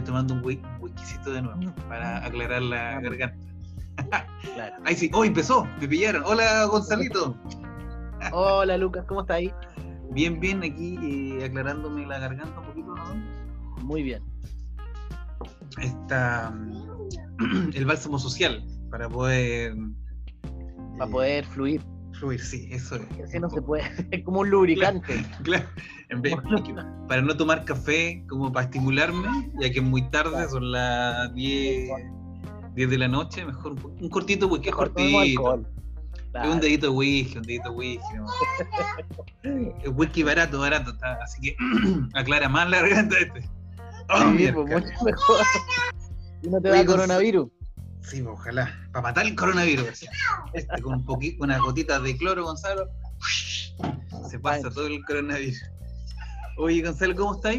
tomando un whiskycito de nuevo para aclarar la garganta. Claro. Ahí sí, empezó, me pillaron. Hola, Gonzalito. Hola, Lucas, ¿cómo estás ahí? Bien, aquí aclarándome la garganta un poquito, ¿no? Muy bien. Está el bálsamo social para poder Fluir. fluir, sí, eso es. Así no se puede, es como un lubricante. Claro. Para no tomar café, como para estimularme, ya que es muy tarde, son las 10 de la noche, mejor un cortito whisky, es cortito. Claro. Un dedito de whisky, ¿no? El whisky barato, está, así que aclara más la garganta este. Sí, pues mucho mejor. Y no te da coronavirus. Sí, ojalá. Para matar el coronavirus. Con unas gotitas de cloro, Gonzalo, se pasa todo el coronavirus. Oye, Gonzalo, ¿cómo estáis?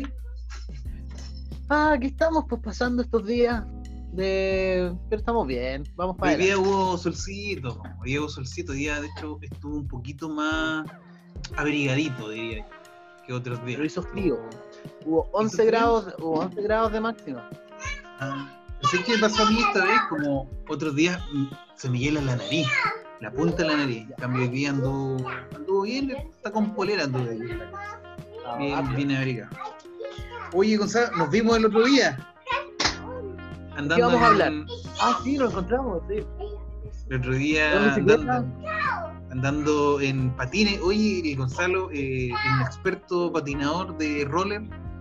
Aquí estamos, pues pasando estos días. Pero estamos bien, vamos para allá. Hoy día hubo solcito, hoy día de hecho estuvo un poquito más abrigadito, diría yo, que otros días. Pero hizo frío. Hubo 11 grados de máxima. ¿Sabes qué pasó a mí esta vez? Como otros días se me hiela la nariz, la punta de la nariz. En cambio hoy día anduvo bien, está con polera, anduvo bien abrigado. Oye, Gonzalo, nos vimos el otro día. ¿Qué vamos a hablar? Sí, nos encontramos, sí. El otro día andando en patines. Oye, Gonzalo, un experto patinador de roller.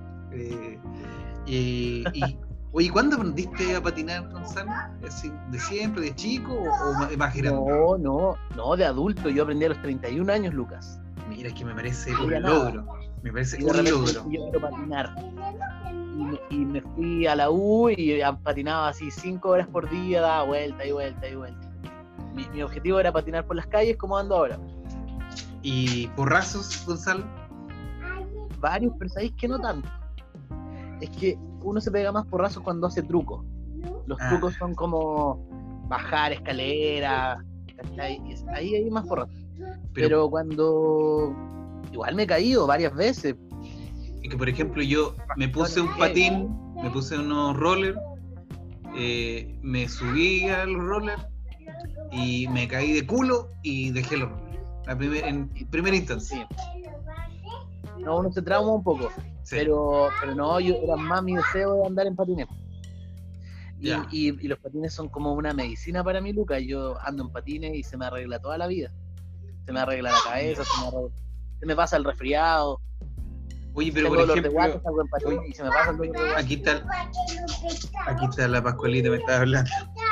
Oye, ¿cuándo aprendiste a patinar, Gonzalo? ¿De siempre, de chico o más grande? No, de adulto. Yo aprendí a los 31 años, Lucas. Mira, es que me parece un logro. Me parece un logro. Yo quiero patinar. Y me fui a la U y patinaba así 5 horas por día, daba vuelta y vuelta y vuelta. Mi objetivo era patinar por las calles como ando ahora. ¿Y porrazos, Gonzalo? Varios, pero sabéis que no tanto. Es que uno se pega más porrazos cuando hace trucos. Los trucos son como bajar escaleras, ahí hay más porrazos. Pero cuando igual me he caído varias veces. Y que por ejemplo yo me puse un patín, me puse unos rollers, me subí a los rollers y me caí de culo y dejé los rollers en primera instancia. No, uno se trauma un poco, sí. pero no, yo era más mi deseo de andar en patines. Y los patines son como una medicina para mí, Lucas. Yo ando en patines y se me arregla toda la vida. Se me arregla la cabeza, se me pasa el resfriado. Oye, pero por ejemplo, aquí está la Pascualita, me estaba hablando.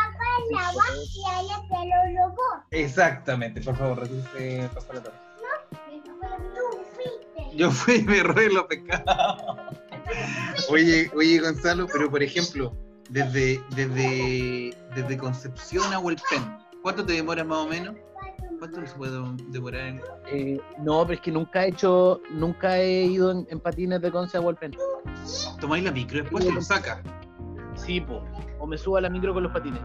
Exactamente, por favor, retírese, Pascualita. Yo fui y me robé los pescados. Oye, Gonzalo, pero por ejemplo, desde Concepción a Hualpén, ¿cuánto te demoras más o menos? ¿Cuánto se puede demorar? No, pero es que nunca he ido en patines de Conce a Hualpén. ¿Tomáis la micro después? ¿Te lo sacas? Sí, po. O me subo a la micro con los patines.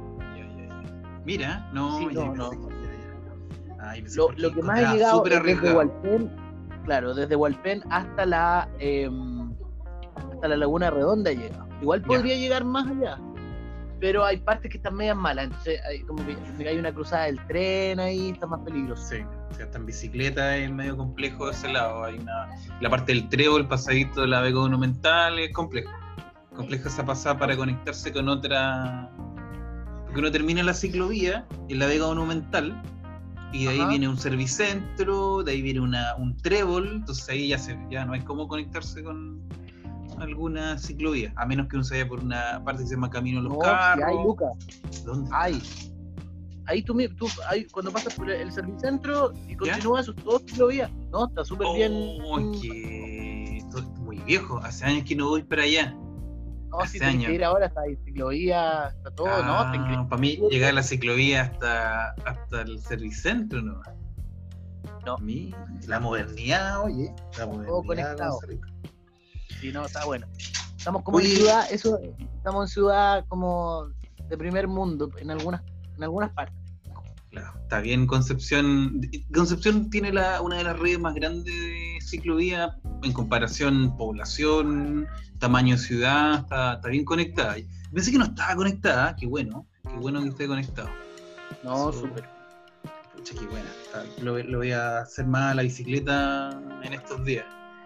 Mira, no. Sí, no. Ay, lo que más he llegado es desde Hualpén, claro, desde Hualpén hasta la Laguna Redonda he llegado. Igual podría llegar más allá, pero hay partes que están medias malas, entonces como que hay una cruzada del tren ahí, está más peligroso. Sí, o sea, está en bicicleta, es medio complejo de ese lado. Hay la parte del trébol, el pasadito de la Vega Monumental, es compleja esa pasada para conectarse con otra, porque uno termina la ciclovía en la Vega Monumental y de ahí viene un servicentro, de ahí viene un trébol, entonces ahí ya no hay cómo conectarse con alguna ciclovía, a menos que uno se vaya por una parte que se llama Camino a los Carros. Sí hay, Lucas. ¿Dónde? Ahí tú cuando pasas por el servicentro y continúas, todo ciclovía. No, está súper bien. Que esto es muy viejo, hace años que no voy para allá. No, si tienes que ir ahora, está ahí ciclovía, está todo, ¿no? Está increíble. Para mí llegar a la ciclovía hasta el servicentro, ¿no? No. La modernidad, oye. Todo conectado. Sí, no, está bueno. Estamos como en ciudad, estamos en ciudad como de primer mundo en algunas partes. Claro, está bien. Concepción tiene una de las redes más grandes de ciclovía en comparación población, tamaño de ciudad, está bien conectada. Pensé que no estaba conectada, qué bueno que esté conectado. No, súper. Pucha, qué buena. Lo voy a hacer más a la bicicleta en estos días.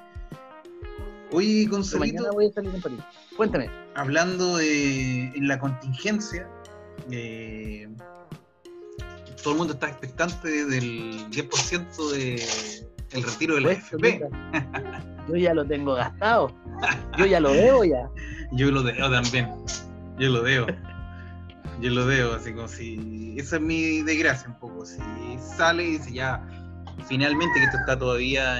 Oye, Gonzalito, mañana voy a salir en París. Cuéntame. Hablando en la contingencia, todo el mundo está expectante del 10% del retiro de la AFP. Yo ya lo tengo gastado. Yo ya lo debo ya. Yo lo debo también. Yo lo debo, así como si... Esa es mi desgracia un poco. Si sale y dice ya, finalmente, que esto está todavía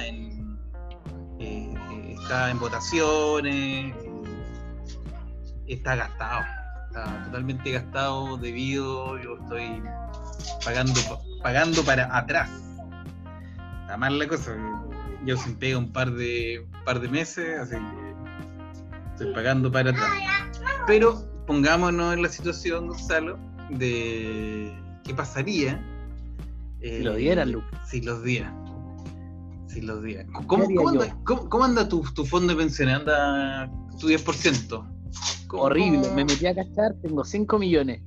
está en votaciones, está gastado. Está totalmente gastado yo estoy pagando para atrás. Está mal la cosa. Yo sin pega un par de meses, así que estoy pagando para atrás. Pero pongámonos en la situación, Gonzalo, de qué pasaría si lo dieran, Lucas. Si los dieran. ¿Cómo anda tu fondo de pensiones? ¿Anda tu 10%? Horrible, me metí a cachar, tengo 5 millones.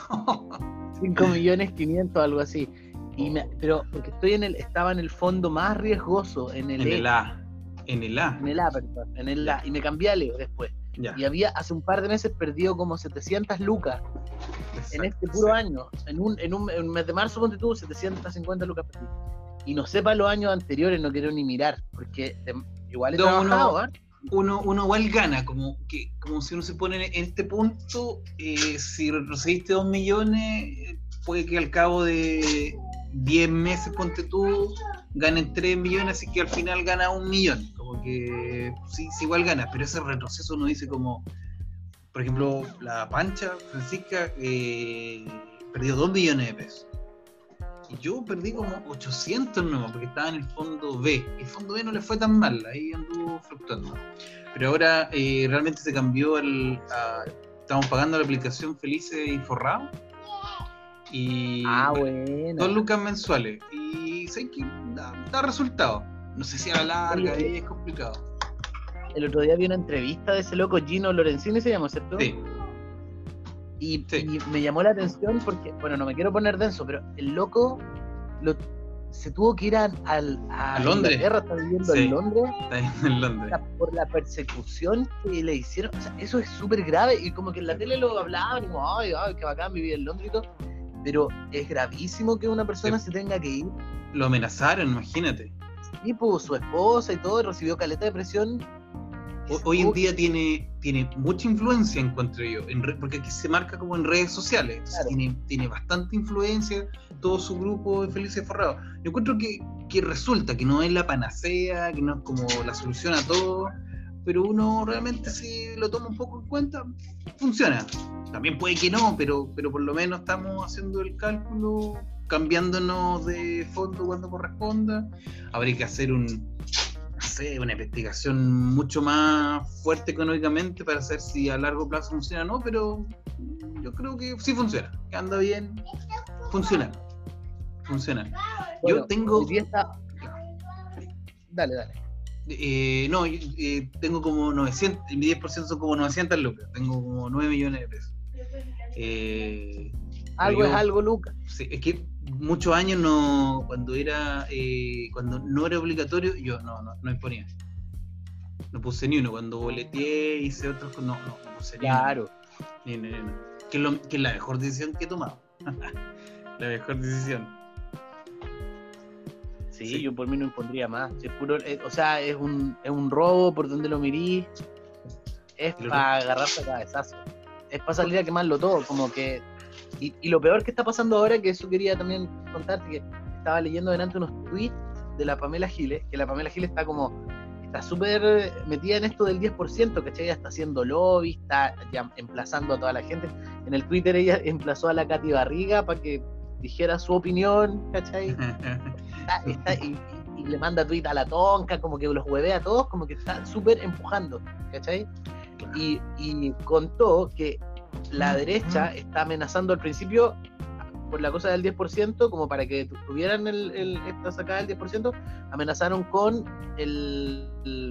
5 millones 500, algo así. Pero porque estaba en el fondo más riesgoso, en el A. En el A, y me cambié a Leo después. Ya. Y hace un par de meses perdido como 700 lucas. Exacto, en este puro año. En un mes de marzo, ponte tú, 750 lucas perdí. Y no sé para los años anteriores, no quiero ni mirar, porque igual he trabajado, uno igual gana, como si uno se pone en este punto, si retrocediste 2 millones, puede que al cabo de 10 meses, ponte tú, ganen 3 millones, así que al final gana 1 millón, como que sí igual gana, pero ese retroceso uno dice como, por ejemplo, la Pancha, Francisca, perdió 2 millones de pesos. Y yo perdí como 800 nomás, porque estaba en el fondo B. El fondo B no le fue tan mal, ahí anduvo fluctuando. Pero ahora realmente se cambió estamos pagando la aplicación Felices y Forrados. Y bueno. 2 lucas mensuales. Y sé que da resultado. No sé si a la larga es complicado. El otro día vi una entrevista de ese loco Gino Lorenzini, se llama, ¿cierto? Sí. Y me llamó la atención porque, bueno, no me quiero poner denso, pero el loco se tuvo que ir a Londres. Inglaterra, está viviendo en Londres. Está viviendo en Londres. Por la persecución que le hicieron. O sea, eso es súper grave. Y como que en la tele lo hablaban, y como, ay, qué bacán vivir en Londres y todo. Pero es gravísimo que una persona se tenga que ir. Lo amenazaron, imagínate. Y pues su esposa y todo, recibió caleta de presión. Hoy en día tiene mucha influencia, encuentro yo, porque aquí se marca como en redes sociales. Claro. Tiene bastante influencia todo su grupo de Felices Forrados. Yo encuentro que resulta que no es la panacea, que no es como la solución a todo, pero uno realmente, si lo toma un poco en cuenta, funciona. También puede que no, pero por lo menos estamos haciendo el cálculo, cambiándonos de fondo cuando corresponda. Habría que hacer una investigación mucho más fuerte económicamente para saber si a largo plazo funciona o no, pero yo creo que sí funciona, que anda bien, funciona. Bueno, yo tengo... Dale. Tengo como 900, mi 10% son como 900 lucas, tengo como 9 millones de pesos. Algo es algo, Lucas. Sí, es que muchos años cuando no era obligatorio, yo no imponía. No puse ni uno. Cuando boleteé, hice otros, no puse ni uno. Claro. Que es la mejor decisión que he tomado. La mejor decisión. Sí, yo por mí no impondría más. Es puro, es un robo por donde lo mirí. Es para agarrarse a cabezazo. Es para salir a quemarlo todo, como que... Y lo peor que está pasando ahora, que eso quería también contarte, que estaba leyendo delante unos tweets de la Pamela Giles, que la Pamela Giles está súper metida en esto del 10%, ¿cachai? Ella está haciendo lobby, está ya emplazando a toda la gente. En el Twitter ella emplazó a la Katy Barriga para que dijera su opinión, ¿cachai? Y le manda tweet a la Tonka, como que los huevea a todos, como que está súper empujando, ¿cachai? Y contó que la derecha está amenazando al principio, por la cosa del 10%, como para que tuvieran esta sacada del 10%, amenazaron con el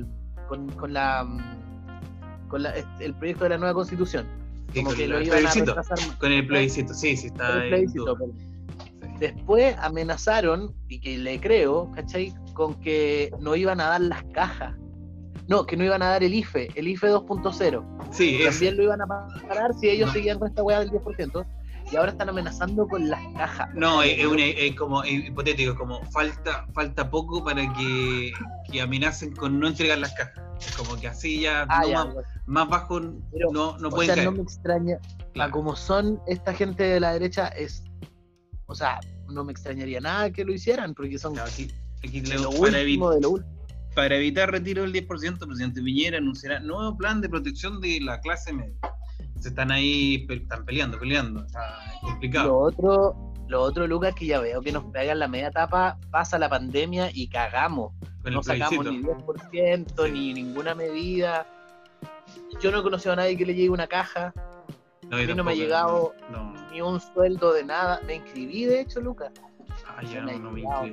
proyecto de la nueva constitución. Como que lo iban a retrasar más. Con el plebiscito, sí, está el plebiscito, Después amenazaron, y que le creo, ¿cachai? Con que no iban a dar las cajas. No, que no iban a dar el IFE 2.0. Sí, también lo iban a parar si ellos seguían con esta weá del 10%. Y ahora están amenazando con las cajas. No, es como hipotético, como falta poco para que amenacen con no entregar las cajas. Es como que así ya, más bajo no pueden caer. No me extraña, claro. Como son esta gente de la derecha, o sea, no me extrañaría nada que lo hicieran, porque son aquí de lo último. Para evitar retiro del 10%, el presidente Piñera anunciará nuevo plan de protección de la clase media. Se están ahí, están peleando, está complicado. Lo otro, Lucas, que ya veo que nos pegan la media tapa, pasa la pandemia y cagamos. No sacamos ni 10%, ni ninguna medida. Yo no he conocido a nadie que le llegue una caja. A mí no me ha llegado ni un sueldo de nada. Me inscribí, de hecho, Lucas. Ya no me inscribí.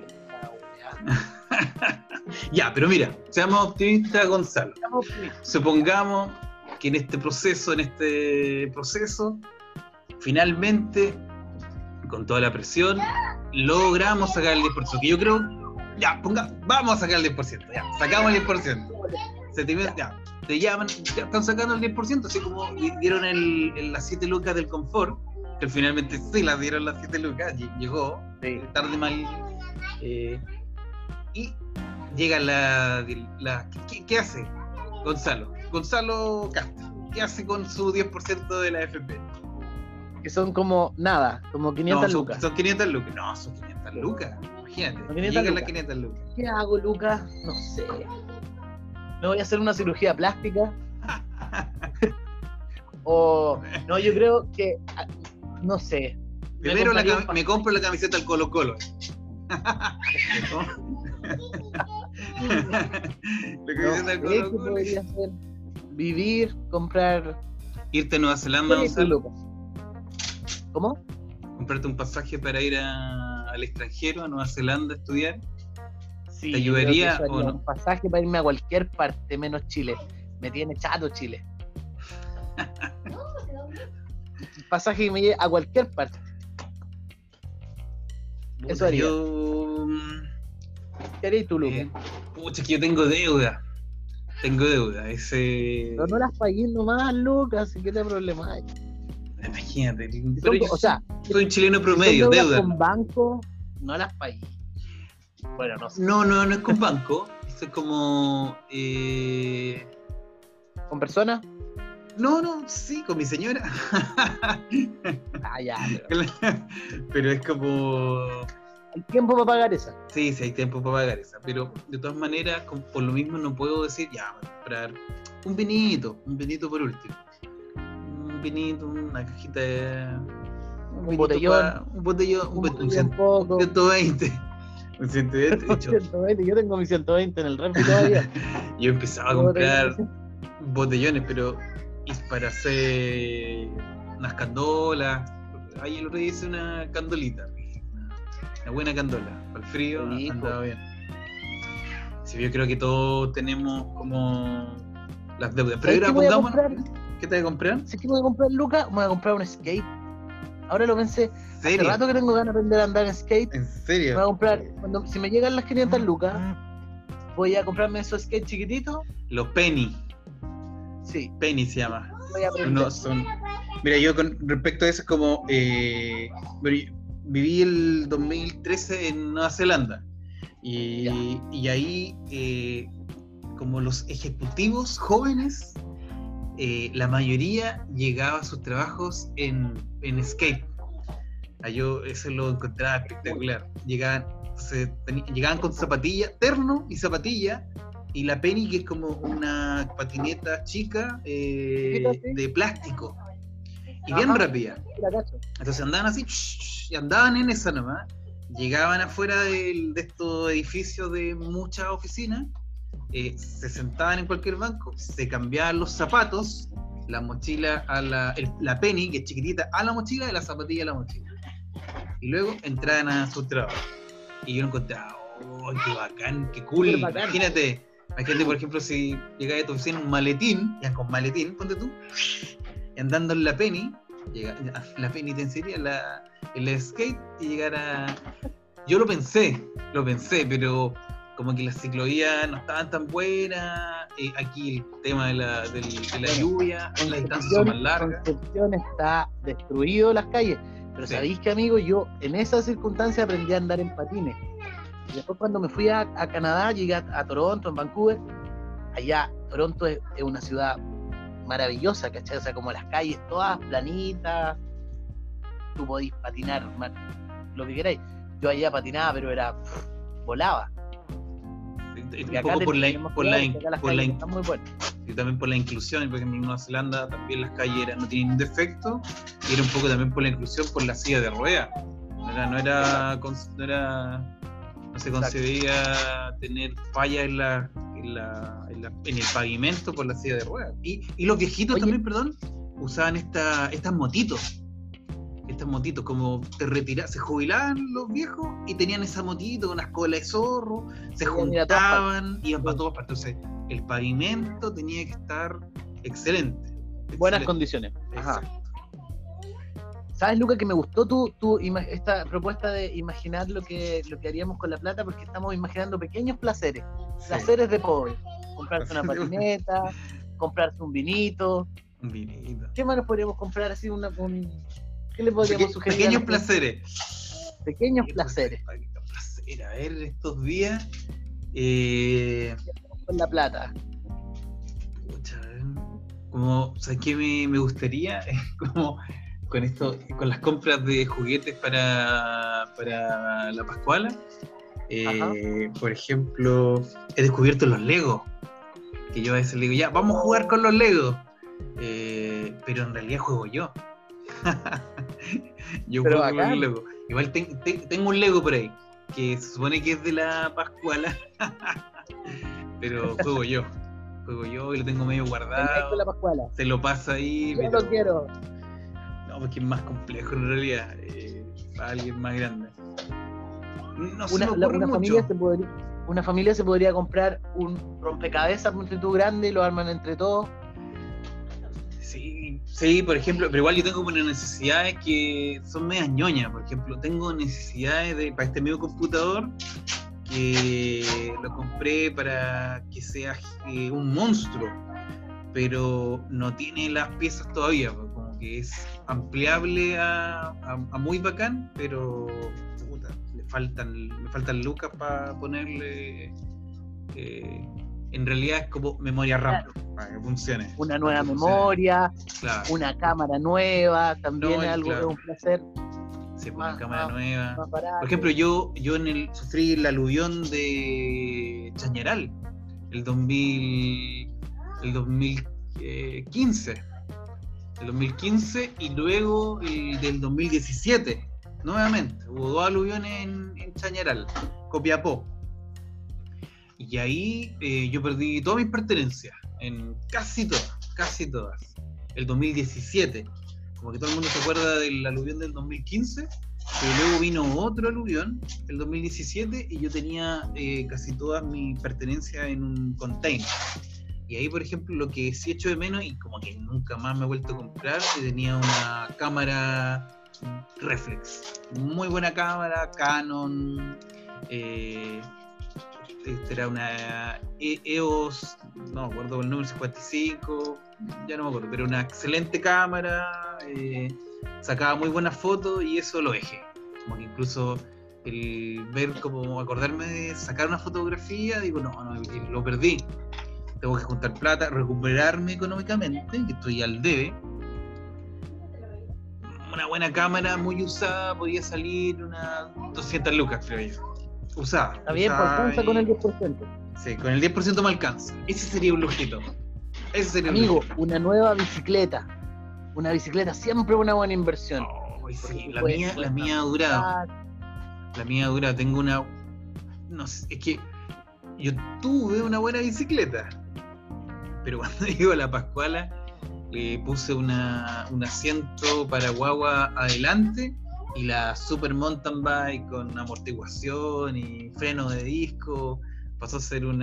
Ya, pero mira, seamos optimistas, Gonzalo. Supongamos que en este proceso, finalmente, con toda la presión, logramos sacar el 10%. Que yo creo, vamos a sacar el 10%. Ya, sacamos el 10%. Te llaman, ya están sacando el 10%, así como dieron las 7 lucas del confort, que finalmente sí las dieron las 7 lucas, llegó, tarde mal. Y llega ¿qué hace Gonzalo Castro? ¿Qué hace con su 10% de la AFP? Que son como nada, como 500 lucas. Son 500 lucas. No, son 500 lucas. Imagínate, llegan las 500 lucas. ¿Qué hago, Lucas? No sé. ¿Me voy a hacer una cirugía plástica? No, yo creo que, no sé. Primero me compro la camiseta del Colo-Colo. ¿Qué podría hacer? Vivir, comprar. Irte a Nueva Zelanda, Gonzalo. ¿Cómo? Comprarte un pasaje para ir al extranjero, a Nueva Zelanda, a estudiar. Sí, ¿te ayudaría o no? Un pasaje para irme a cualquier parte menos Chile. Me tiene chato Chile. Un pasaje que me lleve a cualquier parte. Eso haría. ¿Qué harías tú, Lucas? Pucha, que yo tengo deuda. Pero no las pagué nomás, Lucas. ¿Qué te problema hay? Imagínate. Soy un chileno promedio, deuda. Con banco, no las pagué. Bueno, no sé. No es con banco. Esto es como. ¿Con persona? No, sí, con mi señora. Ya. Pero es como. ¿Hay tiempo para pagar esa? Sí, hay tiempo para pagar esa. Pero de todas maneras, por lo mismo no puedo decir, voy a comprar un vinito por último. Un vinito, una cajita de. Un botellón. Un 120. Un 120. 120, yo tengo mi 120 en el refri todavía. Yo empezaba a comprar botellones, pero para hacer unas candolas. Ahí el otro día hice una candolita. Una buena candola. Para el frío andaba bien. Sí, yo creo que todos tenemos como las deudas. Pero ahora pongamos. ¿Qué te voy a comprar? ¿Sabes qué voy a comprar, Lucas? Voy a comprar un skate. Ahora lo pensé. Hace rato que tengo ganas de aprender a andar en skate. ¿En serio? Voy a comprar, si me llegan las 500 lucas, voy a comprarme esos skates chiquititos. Los Penny. Sí. Penny se llama. Voy a aprender. Mira, yo con respecto a eso es como. Viví el 2013 en Nueva Zelanda. Y ahí, como los ejecutivos jóvenes, la mayoría llegaba a sus trabajos en skate. Yo eso lo encontraba espectacular. Llegaban con zapatilla, terno y zapatilla, y la Penny, que es como una patineta chica de plástico y bien rápida. Entonces andaban así y andaban en esa nomás. Llegaban afuera de estos edificios de muchas oficinas, se sentaban en cualquier banco, se cambiaban los zapatos, la mochila a la Penny, que es chiquitita, a la mochila, y la zapatilla a la mochila. y luego entraban a sus trabajos. Y yo lo encontré, ¡oh, qué bacán, qué cool! Imagínate, por ejemplo, si llegaba a tu oficina un maletín, ya con maletín, ponte tú, y andando en la Penny, la penitenciaría, el skate, y llegar a... Yo lo pensé, pero como que las ciclovías no estaban tan buenas, aquí el tema de la lluvia, las distancias son más largas. Concepción está destruido las calles, pero sí. ¿Sabéis que, amigo? Yo en esa circunstancia aprendí a andar en patines. Y después cuando me fui a Canadá, llegué a Toronto, en Vancouver. Allá, Toronto es una ciudad maravillosa, ¿cachai? O sea, como las calles todas planitas, tú podís patinar lo que queráis. Yo allá patinaba, pero volaba. Un poco por la y también por la inclusión. Por ejemplo, en Nueva Zelanda también las calles no tienen un defecto, y era un poco también por la inclusión, por la silla de ruedas. No se concebía tener fallas en el pavimento por la silla de ruedas. Y los viejitos también, usaban estas motitos. Estas motitos, como se jubilaban los viejos y tenían esa motito con unas colas de zorro, se juntaban, iban para todas partes. Entonces, el pavimento tenía que estar excelente. Buenas condiciones. Exacto. ¿Sabes, Luca, que me gustó esta propuesta de imaginar lo que haríamos con la plata? Porque estamos imaginando pequeños placeres, placeres de pobre. Comprarse una patineta, comprarse un vinito. Un vinito. ¿Qué más nos podríamos comprar así? ¿Qué le podríamos sugerir? Pequeños placeres. Pequeños placeres. A ver, estos días. Con la plata. Pucha, ¿sabes qué me gustaría? Como con las compras de juguetes para la Pascuala. Por ejemplo, he descubierto los Legos. Que yo a veces le digo, ya, vamos a jugar con los Legos. Pero en realidad juego yo. Yo juego con un Lego. Igual tengo un Lego por ahí que se supone que es de la Pascuala. Pero juego yo y lo tengo medio guardado. La Pascuala. Se lo pasa ahí. Yo lo quiero. No, porque es más complejo en realidad, para alguien más grande. No se me ocurre mucho. Una familia se podría comprar un rompecabezas entre tú grande y lo arman entre todos. Sí, por ejemplo, pero igual yo tengo unas necesidades que son medias ñoñas. Por ejemplo, tengo necesidades para este medio computador que lo compré para que sea un monstruo, pero no tiene las piezas todavía, como que es ampliable a muy bacán, pero puta, me faltan lucas para ponerle. En realidad es como memoria RAM, para que funcione. Una nueva memoria, claro. Una cámara nueva, también es algo de un placer. Sí, una cámara nueva. Por ejemplo, yo sufrí el aluvión de Chañaral, el 2015. El 2015 y luego el del 2017, nuevamente. Hubo 2 aluviones en Chañaral, Copiapó. Y ahí yo perdí todas mis pertenencias, en casi todas. El 2017, como que todo el mundo se acuerda del aluvión del 2015, pero luego vino otro aluvión, el 2017, y yo tenía casi todas mis pertenencias en un container. Y ahí, por ejemplo, lo que sí echo de menos, y como que nunca más me he vuelto a comprar, tenía una cámara reflex, muy buena cámara, Canon, era una EOS, no me acuerdo el número, 55, ya no me acuerdo, pero una excelente cámara, sacaba muy buenas fotos y eso lo dejé. Como que incluso el ver, como acordarme de sacar una fotografía, digo, no, lo perdí. Tengo que juntar plata, recuperarme económicamente, que estoy al debe. Una buena cámara muy usada podía salir unas 200 lucas, creo yo. Usada. Está bien, alcanza con el 10%. Sí, con el 10% me alcanza. Ese sería un lujito. Amigo, una nueva bicicleta. Una bicicleta siempre una buena inversión. Oh, sí, la mía ha durado. La mía ha durado. Tengo una... No sé, es que yo tuve una buena bicicleta. Pero cuando llego a la Pascuala, le puse un asiento para guagua adelante Y la super mountain bike con amortiguación y freno de disco pasó a ser un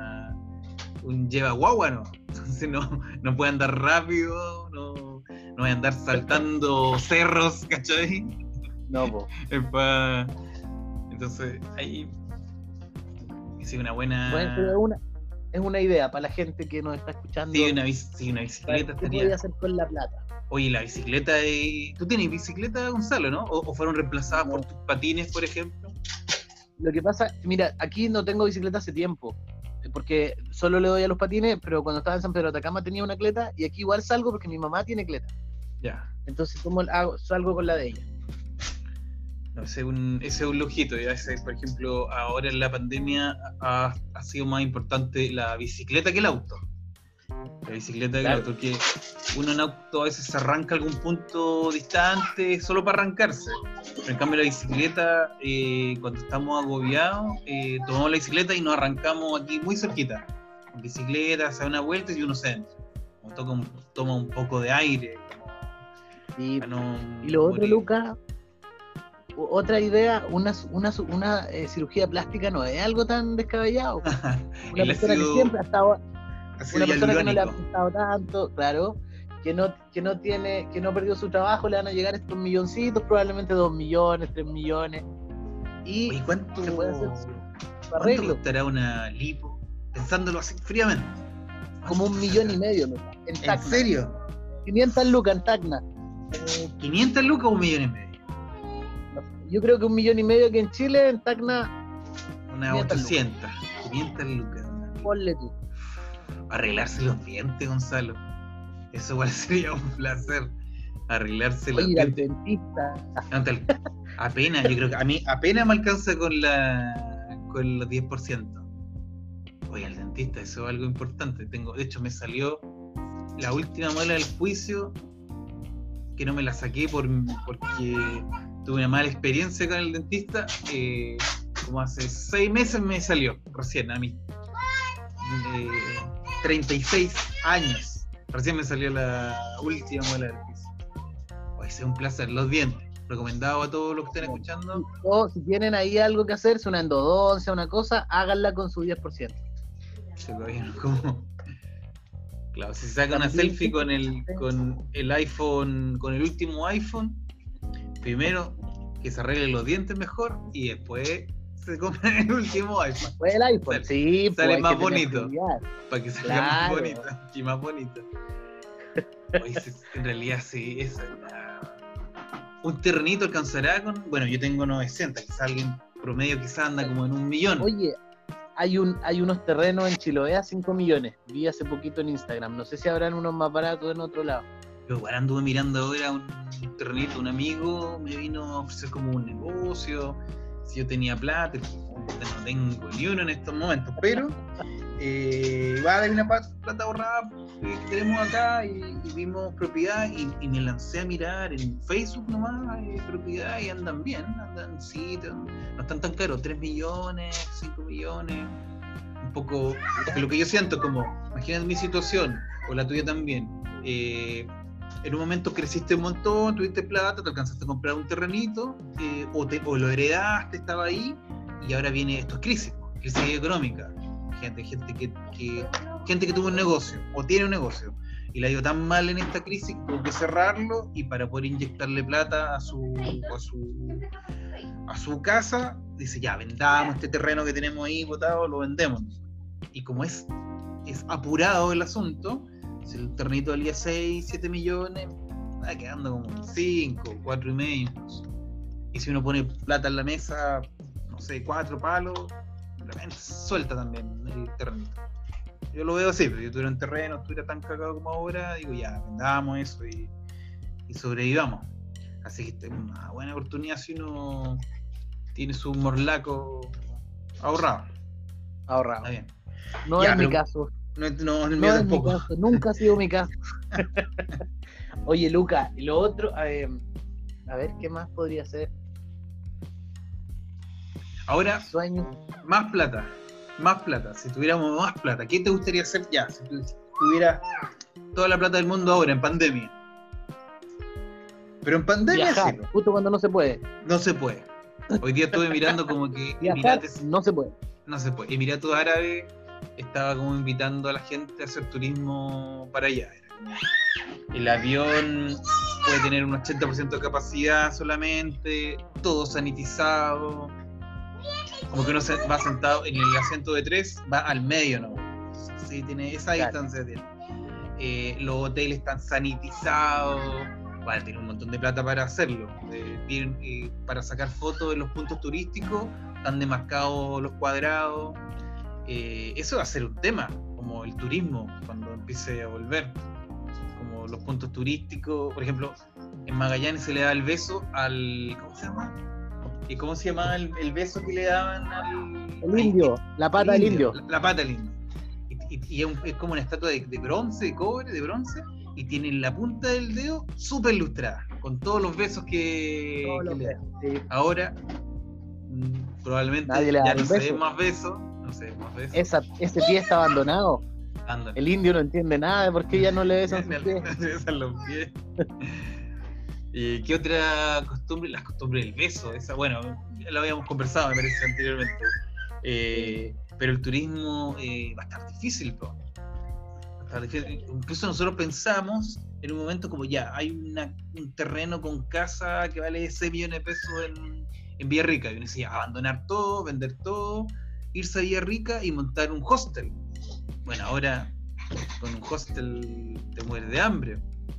lleva guagua, ¿no? Entonces no puede andar rápido, no voy a andar saltando cerros, ¿cachai? No, po. Entonces, ahí sí, una buena... Bueno, pero es una idea para la gente que nos está escuchando. Sí, una bicicleta ¿Qué podía hacer con la plata? Oye, la bicicleta... ¿Tú tienes bicicleta, Gonzalo, no? ¿O fueron reemplazadas por tus patines, por ejemplo? Lo que pasa, mira, aquí no tengo bicicleta hace tiempo, porque solo le doy a los patines, pero cuando estaba en San Pedro de Atacama tenía una cleta, y aquí igual salgo porque mi mamá tiene cleta. Ya. Entonces salgo con la de ella. No, ese es un lujito. Ya por ejemplo, ahora en la pandemia ha sido más importante la bicicleta que el auto. La bicicleta que el auto, porque uno en auto a veces se arranca a algún punto distante solo para arrancarse. Pero en cambio la bicicleta, cuando estamos agobiados, tomamos la bicicleta y nos arrancamos aquí muy cerquita. En bicicleta, se da una vuelta y uno se entra. Toma un poco de aire. Y lo otro, Lucas, otra idea, una cirugía plástica no es algo tan descabellado. Una persona que siempre ha estado, una persona que no le ha gustado tanto, claro, que no perdió su trabajo, le van a llegar estos milloncitos, probablemente 2 millones, 3 millones. Y oye, ¿cuánto se puede hacer su arreglo? ¿Cuánto costará una lipo? Pensándolo así fríamente. Como 1,5 millones, Lucas. ¿En serio? 500 lucas en Tacna. ¿500 lucas o 1,5 millones? Yo creo que 1,5 millones que en Chile, en Tacna. Unas 800. 500 lucas. Ponle tú. Arreglarse los dientes, Gonzalo. Eso igual sería un placer. Arreglarse los dientes. Oye, al dentista. Apenas, yo creo que a mí apenas me alcanza con los 10%. Oye, al dentista, eso es algo importante. De hecho, me salió la última muela del juicio, que no me la saqué porque tuve una mala experiencia con el dentista. Como hace 6 meses me salió, recién a mí. 36 años. Recién me salió la última muela del juicio. Oye, es un placer. Los dientes. Recomendado a todos los que estén escuchando. O si tienen ahí algo que hacerse, una endodoncia, una cosa, háganla con su 10%. Yo todavía no como. Claro, si se saca una selfie con el iPhone, con el último iPhone, primero que se arreglen los dientes mejor y después se compran el último iPhone. Pues el iPhone, sí. Sale más bonito. Para que salga más bonito y más bonito. Oye, en realidad sí, eso. Un terrenito alcanzará con. Bueno, yo tengo 900, quizás alguien promedio quizás anda como en 1 millón. Oye, hay unos terrenos en Chiloé a 5 millones. Vi hace poquito en Instagram. No sé si habrán unos más baratos en otro lado. Yo igual anduve mirando ahora un terrenito. Un amigo me vino a ofrecer como un negocio. Si yo tenía plata, no tengo ni uno en estos momentos, pero va a dar una plata ahorrada que tenemos acá y vimos propiedad y me lancé a mirar en Facebook nomás propiedad y andan bien, andan sitios, no están tan caros, 3 millones, 5 millones, un poco, porque lo que yo siento como, imagínate mi situación, o la tuya también, en un momento creciste un montón, tuviste plata, te alcanzaste a comprar un terrenito, o lo heredaste, estaba ahí, y ahora viene esto es crisis económica. Gente que tuvo un negocio o tiene un negocio y la ha ido tan mal en esta crisis que tuvo que cerrarlo y para poder inyectarle plata a su casa dice ya vendamos este terreno que tenemos ahí botado, lo vendemos, y como es apurado el asunto, si el terrenito valía 6, 7 millones va quedando como en 5, 4 y medio, y si uno pone plata en la mesa, no sé, 4 palos, suelta también el terreno. Yo lo veo así, pero si yo tuviera un terreno, estuviera tan cagado como ahora, digo ya, vendamos eso y sobrevivamos. Así que es una buena oportunidad si uno tiene su morlaco ahorrado. Está bien. No ya, es mi caso. No es mi caso, nunca ha sido mi caso. Oye, Luca, y lo otro, a ver, ¿qué más podría ser? Ahora, más plata. Si tuviéramos más plata, ¿qué te gustaría hacer ya? Si tuvieras toda la plata del mundo ahora, en pandemia. Pero en pandemia viajar, sí. justo cuando no se puede. No se puede. Hoy día estuve mirando como que Viajar, no se puede. No se puede. Emiratos Árabes estaba como invitando a la gente a hacer turismo para allá. El avión puede tener un 80% de capacidad solamente, todo sanitizado. Como que uno se va sentado en el asiento de 3, va al medio, ¿no? Sí, tiene esa distancia. Los hoteles están sanitizados. Vale, tiene un montón de plata para hacerlo. Para sacar fotos de los puntos turísticos, están demarcados los cuadrados. Eso va a ser un tema, como el turismo, cuando empiece a volver. Como los puntos turísticos. Por ejemplo, en Magallanes se le da el beso al... ¿Cómo se llama? ¿Cómo se llamaba el beso que le daban al... El indio, la pata del indio. La pata del indio. Y es como una estatua de bronce, de cobre, de bronce, y tiene la punta del dedo súper ilustrada, con todos los besos que le dan. Sí. Ahora, probablemente ya no se den más besos. No sé, más besos. Ese pie está abandonado. Ándale. El indio no entiende nada de por qué ya no le besan sus pies. Le besan los pies. ¿Qué otra costumbre? Las costumbres del beso. Esa, bueno, ya lo habíamos conversado, me parece, anteriormente. Pero el turismo va a estar difícil, ¿no? Incluso nosotros pensamos en un momento como ya, hay un terreno con casa que vale 6 millones de pesos en Villarrica. Y uno decía, abandonar todo, vender todo, irse a Villarrica y montar un hostel. Bueno, ahora con un hostel te mueres de hambre.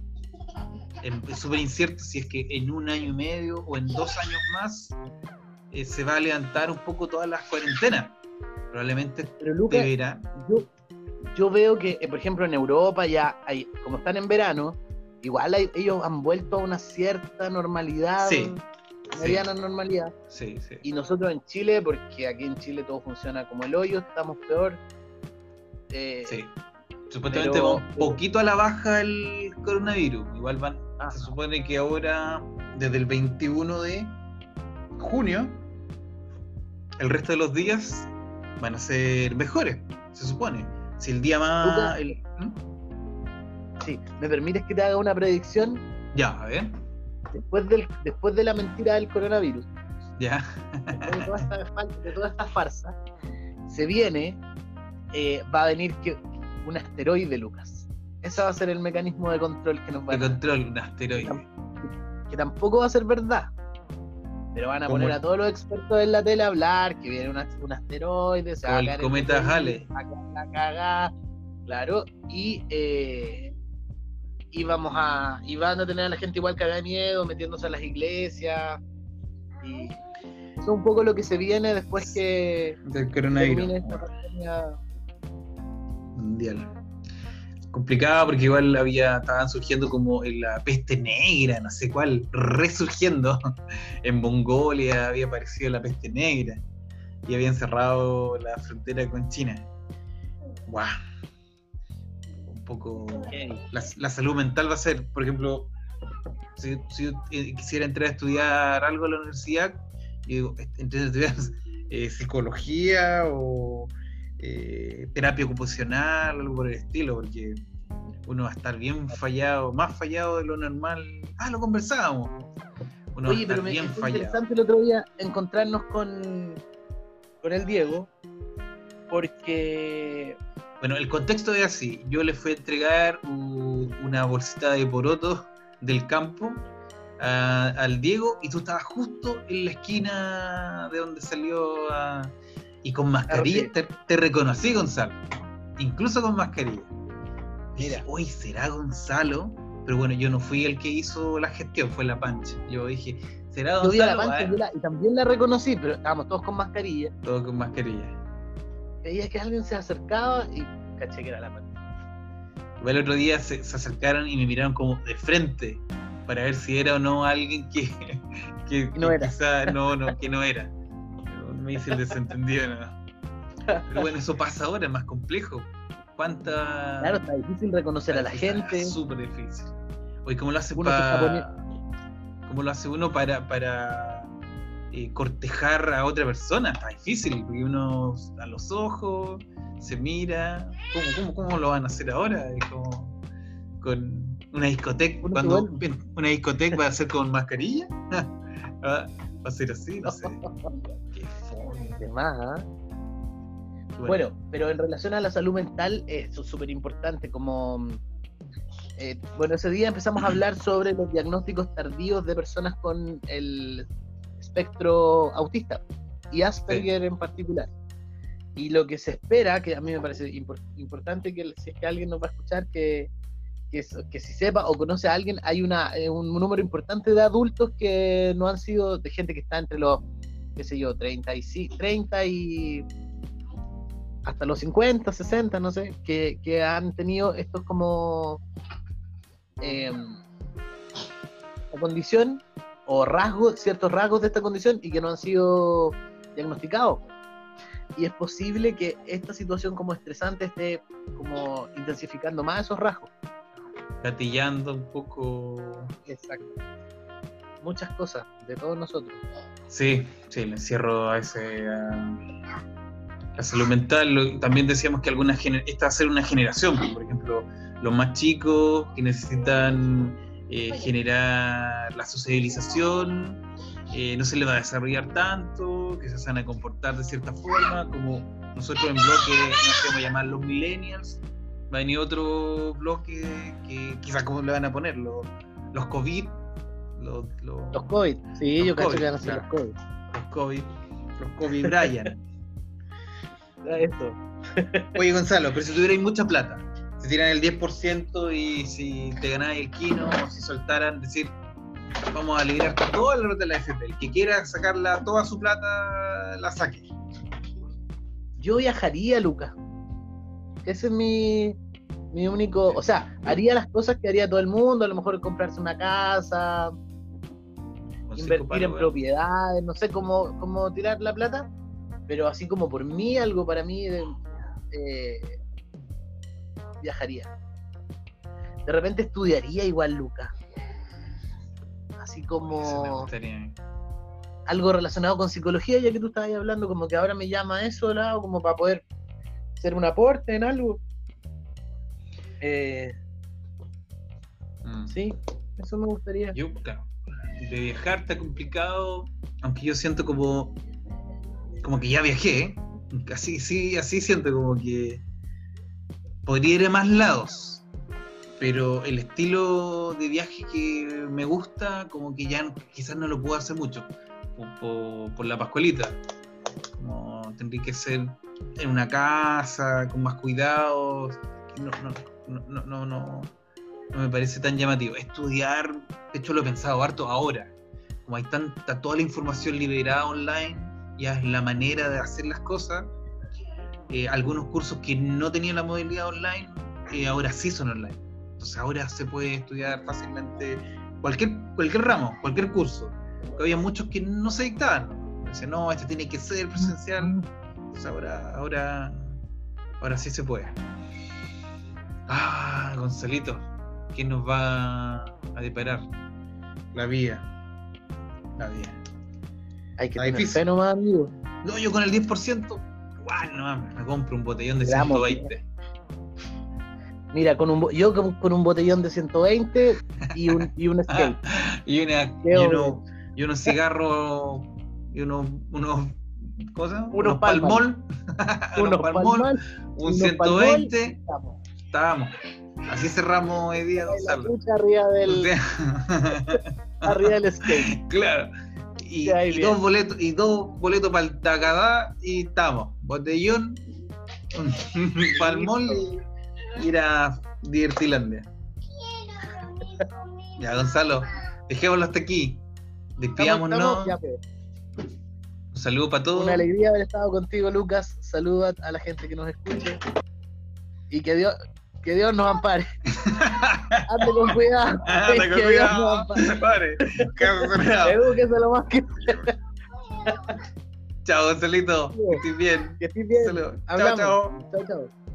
Es súper incierto si es que en 1 año y medio o en 2 años más se va a levantar un poco todas las cuarentenas. Probablemente. Pero Lucas, yo veo que, por ejemplo, en Europa ya hay, como están en verano, igual ellos han vuelto a una cierta normalidad, mediana normalidad. Sí. Y nosotros en Chile, porque aquí en Chile todo funciona como el hoyo, estamos peor. Sí. Supuestamente va un poquito a la baja el coronavirus. Igual se supone que ahora, desde el 21 de junio, el resto de los días van a ser mejores, se supone. Si el día más... Sí, ¿me permites que te haga una predicción? Ya, a ver. Después de la mentira del coronavirus, ya. Después de toda esta farsa, se viene, va a venir un asteroide, Lucas. Ese va a ser el mecanismo de control que nos va a dar. De control, un asteroide. Que tampoco va a ser verdad. Pero van a poner a todos los expertos en la tele a hablar que viene un asteroide, se va a caer el cometa Halley. La cagada, claro, y van a tener a la gente igual cagada de miedo, metiéndose a las iglesias, y eso es un poco lo que se viene después que del coronavirus termine esta pandemia mundial. Complicado porque igual estaban surgiendo como en la peste negra, no sé cuál, resurgiendo. En Mongolia había aparecido la peste negra y habían cerrado la frontera con China. ¡Guau! Un poco... La salud mental va a ser, por ejemplo, si yo quisiera entrar a estudiar algo en la universidad, yo digo, entré a estudiar psicología o... terapia ocupacional, algo por el estilo, porque uno va a estar bien fallado, más fallado de lo normal. Lo conversábamos. Oye, pero me fue interesante el otro día encontrarnos con el Diego, porque... Bueno, el contexto es así. Yo le fui a entregar una bolsita de porotos del campo al Diego, y tú estabas justo en la esquina de donde salió y con mascarilla. Te reconocí, Gonzalo, incluso con mascarilla. Dije, uy, ¿será Gonzalo? Pero bueno, yo no fui el que hizo la gestión, fue la Pancha. Yo dije, ¿será Gonzalo? Yo vi a la Pancha y también la reconocí, pero estábamos todos con mascarilla. Todos con mascarilla. Veía que alguien se acercaba y caché que era la Pancha. El otro día se acercaron y me miraron como de frente para ver si era o no alguien que no era. Quizá que no era. Me hice el desentendido, ¿no? Pero bueno, eso pasa ahora, es más complejo. Claro, está difícil reconocer a la gente. Es súper difícil. Oye, ¿cómo lo hace uno para cortejar a otra persona? Está difícil, porque uno a los ojos se mira. ¿Cómo lo van a hacer ahora? Es como Una discoteca, una discoteca va a ser con mascarilla. Va a ser así, no sé. Qué fome. De más, ¿eh? Bueno, pero en relación a la salud mental, eso es súper importante. Como bueno, ese día empezamos a hablar sobre los diagnósticos tardíos de personas con el espectro autista y Asperger en particular. Y lo que se espera, que a mí me parece importante, que si es que alguien nos va a escuchar, que si sepa o conoce a alguien, hay un número importante de adultos que no han sido, de gente que está entre los, qué sé yo, 30 y hasta los 50, 60, no sé, que han tenido estos como condición o ciertos rasgos de esta condición y que no han sido diagnosticados. Y es posible que esta situación como estresante esté como intensificando más esos rasgos. Gatillando un poco. Exacto. Muchas cosas de todos nosotros. Sí, le encierro a la salud mental. También decíamos que esta va a ser una generación, por ejemplo, los más chicos que necesitan generar la sociabilización, no se les va a desarrollar tanto, que se van a comportar de cierta forma, como nosotros en bloque nos vamos a llamar los millennials. Va a venir otro bloque que quizás como le van a poner los COVID. Los COVID, sí, los yo creo COVID, que van a ser claro. Los COVID Brian. Eso. Oye, Gonzalo, pero si tuvierais mucha plata, si tiran el 10% y si te ganáis el Kino, si soltaran, decir, vamos a liberar toda la ruta de la AFP, el que quiera sacarla toda su plata, la saque. Yo viajaría, Lucas. Ese es mi único, o sea, haría las cosas que haría todo el mundo, a lo mejor comprarse una casa, invertir en propiedades, no sé cómo tirar la plata, pero así como por mí, algo para mí, viajaría. De repente estudiaría igual, Lucas. Así como algo relacionado con psicología, ya que tú estabas hablando, como que ahora me llama eso de lado, como para poder hacer un aporte en algo. Sí, eso me gustaría. Yo, claro, de viajar está complicado, aunque yo siento como que ya viajé, así siento como que podría ir a más lados, pero el estilo de viaje que me gusta, como que ya quizás no lo puedo hacer mucho por la Pascualita, como tendría que ser en una casa con más cuidados. No me parece tan llamativo. Estudiar, de hecho lo he pensado harto ahora, como hay toda la información liberada online, ya es la manera de hacer las cosas. Algunos cursos que no tenían la modalidad online, ahora sí son online. Entonces ahora se puede estudiar fácilmente cualquier ramo, cualquier curso. Porque había muchos que no se dictaban. Decían, no, este tiene que ser presencial. Entonces ahora sí se puede. Gonzalito, ¿qué nos va a deparar? La vida. Hay que tener fe nomás, amigo. No, yo con el 10%, igual nomás me compro un botellón de 120. Mira, yo con un botellón de 120 y un skate. y unos cigarros y unos cosas, unos palmol. Unos palmol, un 120. Estábamos. Así cerramos hoy día, Gonzalo. Arriba del skate. Claro. Y dos boletos para el Tacadá y estamos. Botellón, un palmol y ir a Divertilandia. Ya, Gonzalo, dejémoslo hasta aquí. Despidámonos. Un saludo para todos. Una alegría haber estado contigo, Lucas. Saluda a la gente que nos escuche. Y que Dios nos ampare. Ande con cuidado. Que Dios nos ampare. Edúquese lo más que. Chao, Gonzalito. Que estés bien. Que estés bien. Chao. Chao.